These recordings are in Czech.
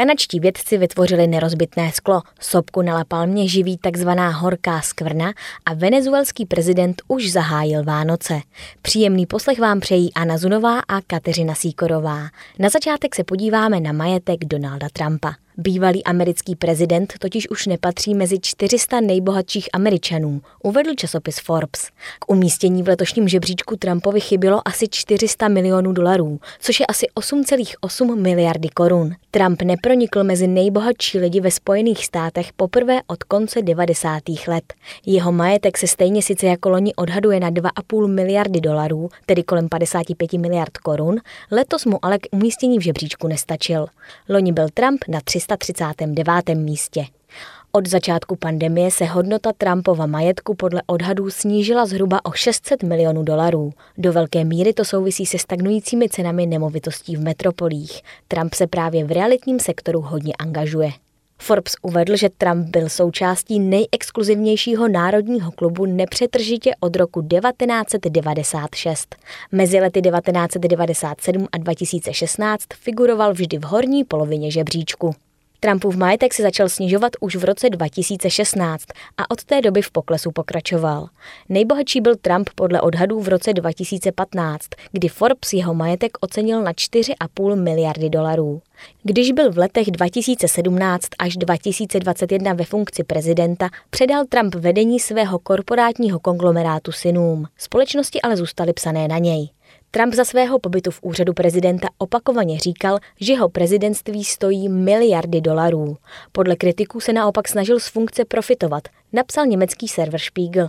Kanadští vědci vytvořili nerozbitné sklo, sopku na La Palmě živí takzvaná horká skvrna a venezuelský prezident už zahájil Vánoce. Příjemný poslech vám přejí Anna Zunová a Kateřina Sýkorová. Na začátek se podíváme na majetek Donalda Trumpa. Bývalý americký prezident totiž už nepatří mezi 400 nejbohatších Američanů, uvedl časopis Forbes. K umístění v letošním žebříčku Trumpovi chybělo asi 400 milionů dolarů, což je asi 8,8 miliardy korun. Trump nepronikl mezi nejbohatší lidi ve Spojených státech poprvé od konce 90. let. Jeho majetek se stejně sice jako loni odhaduje na 2,5 miliardy dolarů, tedy kolem 55 miliard korun, letos mu ale k umístění v žebříčku nestačil. Loni byl Trump na 339. místě. Od začátku pandemie se hodnota Trumpova majetku podle odhadů snížila zhruba o 600 milionů dolarů. Do velké míry to souvisí se stagnujícími cenami nemovitostí v metropolích. Trump se právě v realitním sektoru hodně angažuje. Forbes uvedl, že Trump byl součástí nejexkluzivnějšího národního klubu nepřetržitě od roku 1996. Mezi lety 1997 a 2016 figuroval vždy v horní polovině žebříčku. Trumpův majetek se začal snižovat už v roce 2016 a od té doby v poklesu pokračoval. Nejbohatší byl Trump podle odhadů v roce 2015, kdy Forbes jeho majetek ocenil na 4,5 miliardy dolarů. Když byl v letech 2017 až 2021 ve funkci prezidenta, předal Trump vedení svého korporátního konglomerátu synům. Společnosti ale zůstaly psané na něj. Trump za svého pobytu v úřadu prezidenta opakovaně říkal, že jeho prezidentství stojí miliardy dolarů. Podle kritiků se naopak snažil z funkce profitovat, napsal německý server Spiegel.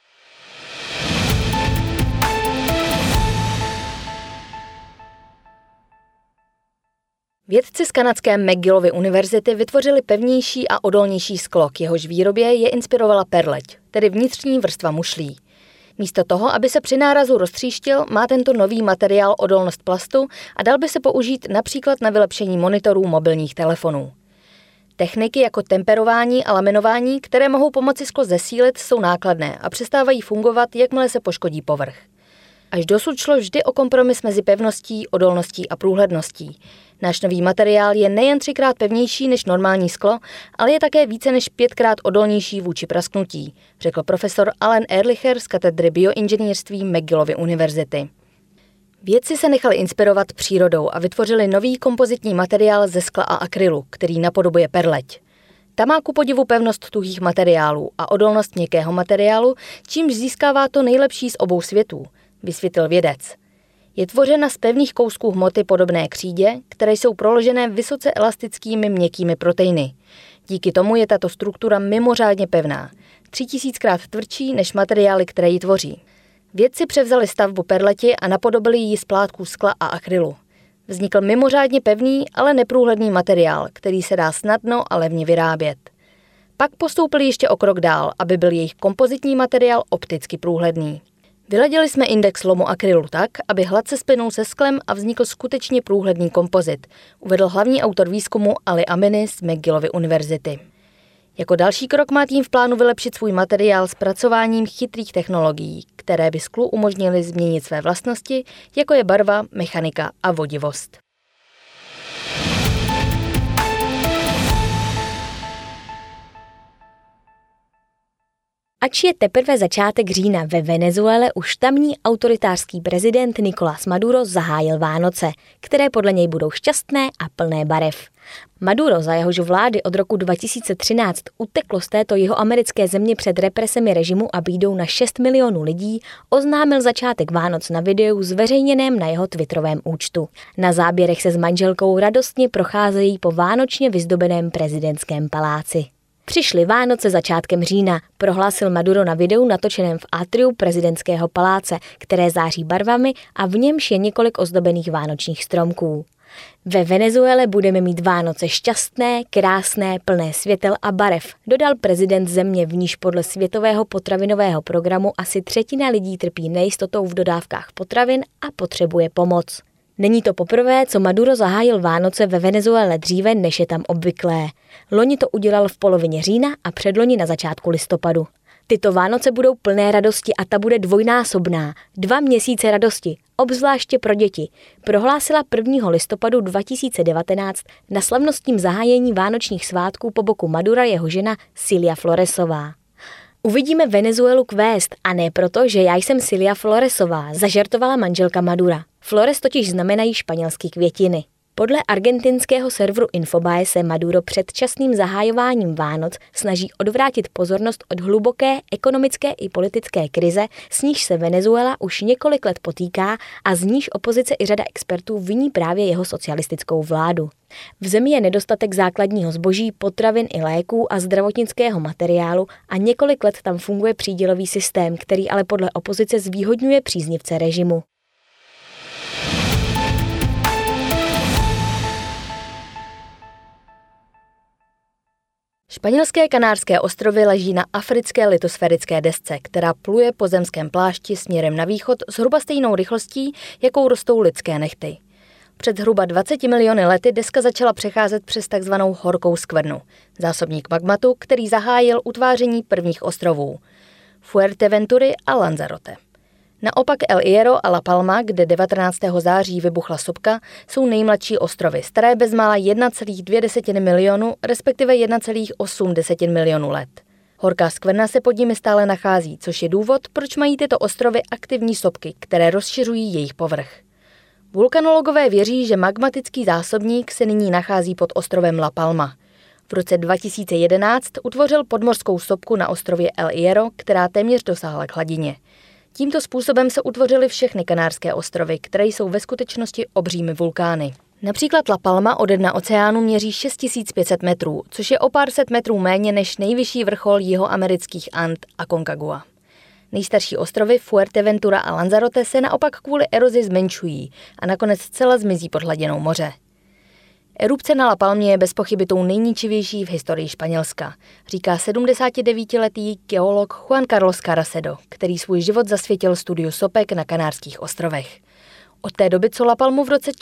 Vědci z kanadské McGillovy univerzity vytvořili pevnější a odolnější sklo, k jehož výrobě je inspirovala perleť, tedy vnitřní vrstva mušlí. Místo toho, aby se při nárazu roztříštil, má tento nový materiál odolnost plastu a dal by se použít například na vylepšení monitorů mobilních telefonů. Techniky jako temperování a laminování, které mohou pomoci sklo zesílit, jsou nákladné a přestávají fungovat, jakmile se poškodí povrch. Až dosud šlo vždy o kompromis mezi pevností, odolností a průhledností. Náš nový materiál je nejen 3krát pevnější než normální sklo, ale je také více než 5krát odolnější vůči prasknutí, řekl profesor Alan Ehrlicher z katedry bioinženýrství McGillovy univerzity. Vědci se nechali inspirovat přírodou a vytvořili nový kompozitní materiál ze skla a akrylu, který napodobuje perleť. Ta má ku podivu pevnost tuhých materiálů a odolnost měkkého materiálu, čímž získává to nejlepší z obou světů, vysvětlil vědec. Je tvořena z pevných kousků hmoty podobné křídě, které jsou proložené vysoce elastickými měkkými proteiny. Díky tomu je tato struktura mimořádně pevná, 3000krát tvrdší než materiály, které ji tvoří. Vědci převzali stavbu perleti a napodobili ji z plátků skla a akrylu. Vznikl mimořádně pevný, ale neprůhledný materiál, který se dá snadno a levně vyrábět. Pak postoupili ještě o krok dál, aby byl jejich kompozitní materiál opticky průhledný. Vyladili jsme index lomu akrylu tak, aby hladce splynul se sklem a vznikl skutečně průhledný kompozit, uvedl hlavní autor výzkumu Ali Amini z McGillovy univerzity. Jako další krok má tým v plánu vylepšit svůj materiál zpracováním chytrých technologií, které by sklu umožnily změnit své vlastnosti, jako je barva, mechanika a vodivost. Ač je teprve začátek října, ve Venezuele už tamní autoritářský prezident Nicolás Maduro zahájil Vánoce, které podle něj budou šťastné a plné barev. Maduro, za jehož vlády od roku 2013 uteklo z této jihoamerické země před represemi režimu a bídou na 6 milionů lidí, oznámil začátek Vánoc na videu zveřejněném na jeho twitterovém účtu. Na záběrech se s manželkou radostně procházejí po vánočně vyzdobeném prezidentském paláci. Přišly Vánoce začátkem října, prohlásil Maduro na videu natočeném v atriu prezidentského paláce, které září barvami a v němž je několik ozdobených vánočních stromků. Ve Venezuele budeme mít Vánoce šťastné, krásné, plné světel a barev, dodal prezident země, v níž podle Světového potravinového programu asi 1/3 lidí trpí nejistotou v dodávkách potravin a potřebuje pomoc. Není to poprvé, co Maduro zahájil Vánoce ve Venezuele dříve, než je tam obvyklé. Loni to udělal v polovině října a předloni na začátku listopadu. Tyto Vánoce budou plné radosti a ta bude dvojnásobná. 2 měsíce radosti, obzvláště pro děti, prohlásila 1. listopadu 2019 na slavnostním zahájení vánočních svátků po boku Madura jeho žena Cilia Floresová. Uvidíme Venezuelu kvést a ne proto, že já jsem Cilia Floresová, zažartovala manželka Madura. Flores totiž znamenají španělské květiny. Podle argentinského serveru Infobae se Maduro předčasným zahájováním Vánoc snaží odvrátit pozornost od hluboké ekonomické i politické krize, s níž se Venezuela už několik let potýká a z níž opozice i řada expertů viní právě jeho socialistickou vládu. V zemi je nedostatek základního zboží, potravin i léků a zdravotnického materiálu a několik let tam funguje přídělový systém, který ale podle opozice zvýhodňuje příznivce režimu. Španělské Kanárské ostrovy leží na africké litosférické desce, která pluje po zemském plášti směrem na východ zhruba stejnou rychlostí, jakou rostou lidské nehty. Před zhruba 20 miliony lety deska začala přecházet přes takzvanou horkou skvrnu, zásobník magmatu, který zahájil utváření prvních ostrovů Fuerteventury a Lanzarote. Naopak El Hierro a La Palma, kde 19. září vybuchla sopka, jsou nejmladší ostrovy, staré bezmála 1,2 milionu, respektive 1,8 milionu let. Horká skvrna se pod nimi stále nachází, což je důvod, proč mají tyto ostrovy aktivní sopky, které rozšiřují jejich povrch. Vulkanologové věří, že magmatický zásobník se nyní nachází pod ostrovem La Palma. V roce 2011 utvořil podmořskou sopku na ostrově El Hierro, která téměř dosáhla k hladině. Tímto způsobem se utvořily všechny Kanárské ostrovy, které jsou ve skutečnosti obřími vulkány. Například La Palma ode dna oceánu měří 6500 metrů, což je o pár set metrů méně než nejvyšší vrchol jihoamerických And Aconcagua. Nejstarší ostrovy Fuerteventura a Lanzarote se naopak kvůli erozi zmenšují a nakonec zcela zmizí pod hladinou moře. Erupce na La Palmě je bez pochyby tou nejničivější v historii Španělska, říká 79letý geolog Juan Carlos Caracedo, který svůj život zasvětil studiu sopek na Kanárských ostrovech. Od té doby, co La Palmu v roce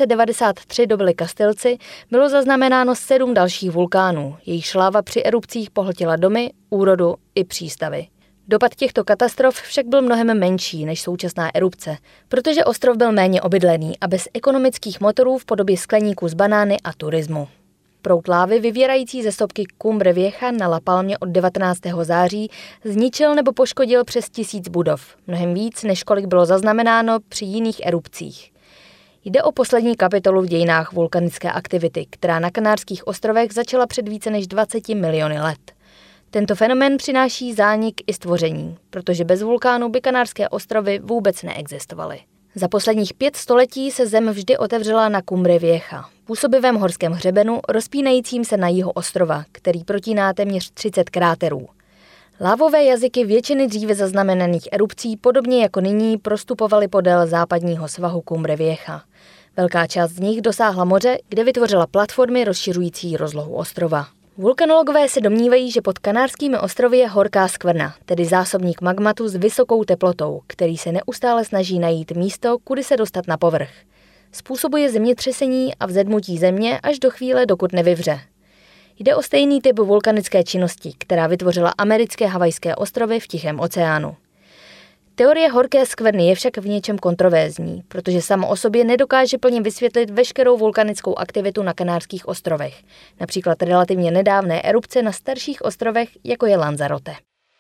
1493 dobyli Kastilci, bylo zaznamenáno 7 dalších vulkánů. Jejich šláva při erupcích pohltila domy, úrodu i přístavy. Dopad těchto katastrof však byl mnohem menší než současná erupce, protože ostrov byl méně obydlený a bez ekonomických motorů v podobě skleníků z banány a turismu. Proud lávy vyvěrající ze sopky Cumbre Vieja na La Palmě od 19. září zničil nebo poškodil přes 1000 budov, mnohem víc, než kolik bylo zaznamenáno při jiných erupcích. Jde o poslední kapitolu v dějinách vulkanické aktivity, která na Kanárských ostrovech začala před více než 20 miliony let. Tento fenomén přináší zánik i stvoření, protože bez vulkánu by Kanárské ostrovy vůbec neexistovaly. Za posledních 5 století se zem vždy otevřela na Cumbre Vieja, působivém horském hřebenu rozpínajícím se na jihu ostrova, který protíná téměř 30 kráterů. Lávové jazyky většiny dříve zaznamenaných erupcí podobně jako nyní prostupovaly podél západního svahu Cumbre Vieja. Velká část z nich dosáhla moře, kde vytvořila platformy rozšiřující rozlohu ostrova. Vulkanologové se domnívají, že pod Kanárskými ostrovy je horká skvrna, tedy zásobník magmatu s vysokou teplotou, který se neustále snaží najít místo, kudy se dostat na povrch. Způsobuje zemětřesení a vzedmutí země až do chvíle, dokud nevyvře. Jde o stejný typ vulkanické činnosti, která vytvořila americké Havajské ostrovy v Tichém oceánu. Teorie horké skvrny je však v něčem kontroverzní, protože samo o sobě nedokáže plně vysvětlit veškerou vulkanickou aktivitu na Kanárských ostrovech, například relativně nedávné erupce na starších ostrovech, jako je Lanzarote.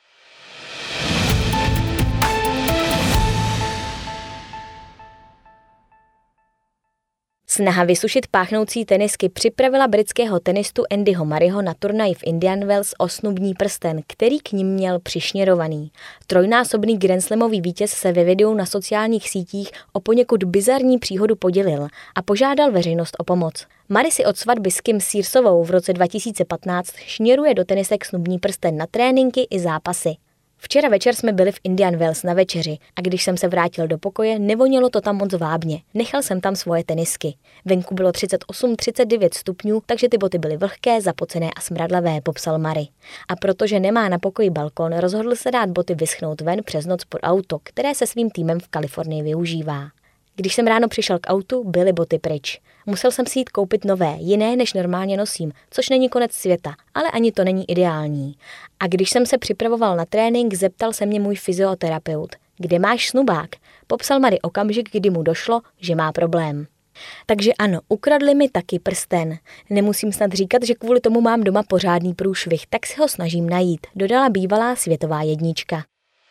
Snaha vysušit páchnoucí tenisky připravila britského tenistu Andyho Murrayho na turnaji v Indian Wells o snubní prsten, který k nim měl přišněrovaný. Trojnásobný grandslamový vítěz se ve videu na sociálních sítích o poněkud bizarní příhodu podělil a požádal veřejnost o pomoc. Murray si od svatby s Kim Searsovou v roce 2015 šněruje do tenisek snubní prsten na tréninky i zápasy. Včera večer jsme byli v Indian Wells na večeři a když jsem se vrátil do pokoje, nevonilo to tam moc vábně. Nechal jsem tam svoje tenisky. Venku bylo 38-39 stupňů, takže ty boty byly vlhké, zapocené a smradlavé, popsal Murray. A protože nemá na pokoji balkon, rozhodl se dát boty vyschnout ven přes noc pod auto, které se svým týmem v Kalifornii využívá. Když jsem ráno přišel k autu, byly boty pryč. Musel jsem si jít koupit nové, jiné než normálně nosím, což není konec světa, ale ani to není ideální. A když jsem se připravoval na trénink, zeptal se mě můj fyzioterapeut, kde máš snubák? Popsal Mary okamžik, kdy mu došlo, že má problém. Takže ano, ukradli mi taky prsten. Nemusím snad říkat, že kvůli tomu mám doma pořádný průšvih, tak si ho snažím najít, dodala bývalá světová jednička.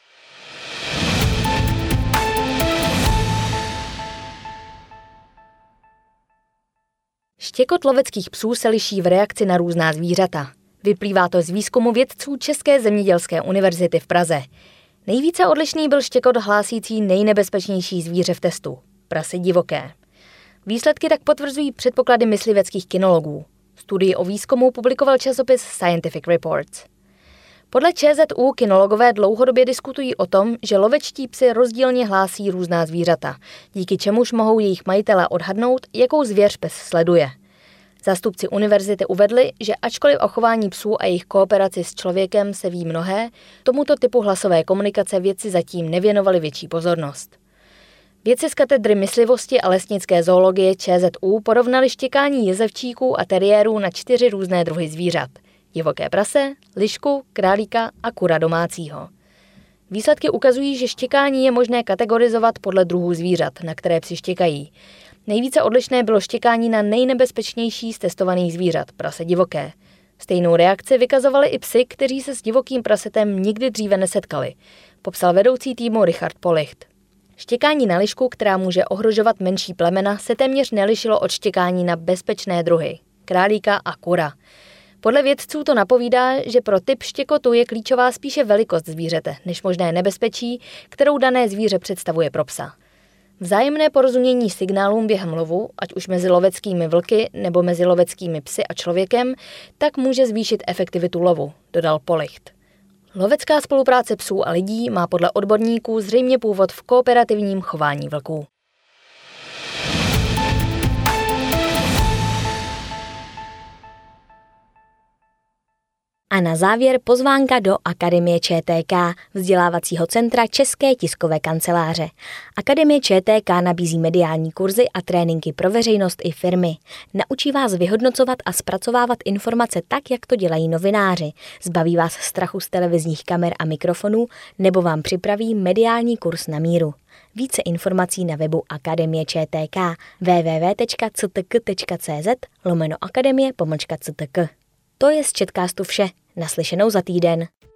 Štěkot loveckých psů se liší v reakci na různá zvířata. Vyplývá to z výzkumu vědců České zemědělské univerzity v Praze. Nejvíce odlišný byl štěkot hlásící nejnebezpečnější zvíře v testu – prase divoké. Výsledky tak potvrzují předpoklady mysliveckých kynologů. Studii o výzkumu publikoval časopis Scientific Reports. Podle ČZÚ kynologové dlouhodobě diskutují o tom, že lovečtí psi rozdílně hlásí různá zvířata, díky čemuž mohou jejich majitelé odhadnout, jakou zvěř pes sleduje. Zástupci univerzity uvedli, že ačkoliv o chování psů a jejich kooperaci s člověkem se ví mnohé, tomuto typu hlasové komunikace vědci zatím nevěnovali větší pozornost. Vědci z katedry myslivosti a lesnické zoologie ČZÚ porovnali štěkání jezevčíků a teriérů na 4 různé druhy zvířat. Divoké prase, lišku, králíka a kura domácího. Výsledky ukazují, že štěkání je možné kategorizovat podle druhů zvířat, na které psi štěkají. Nejvíce odlišné bylo štěkání na nejnebezpečnější z testovaných zvířat, prase divoké. Stejnou reakci vykazovali i psi, kteří se s divokým prasetem nikdy dříve nesetkali, popsal vedoucí týmu Richard Policht. Štěkání na lišku, která může ohrožovat menší plemena, se téměř nelišilo od štěkání na bezpečné druhy, králíka a kura. Podle vědců to napovídá, že pro typ štěkotu je klíčová spíše velikost zvířete, než možné nebezpečí, kterou dané zvíře představuje pro psa. Vzájemné porozumění signálům během lovu, ať už mezi loveckými vlky nebo mezi loveckými psy a člověkem, tak může zvýšit efektivitu lovu, dodal Policht. Lovecká spolupráce psů a lidí má podle odborníků zřejmě původ v kooperativním chování vlků. A na závěr pozvánka do Akademie ČTK, vzdělávacího centra České tiskové kanceláře. Akademie ČTK nabízí mediální kurzy a tréninky pro veřejnost i firmy. Naučí vás vyhodnocovat a zpracovávat informace tak, jak to dělají novináři. Zbaví vás strachu z televizních kamer a mikrofonů nebo vám připraví mediální kurz na míru. Více informací na webu Akademie ČTK www.ctk.cz/akademie-ctk. To je z Četcastu vše. Naslyšenou za týden.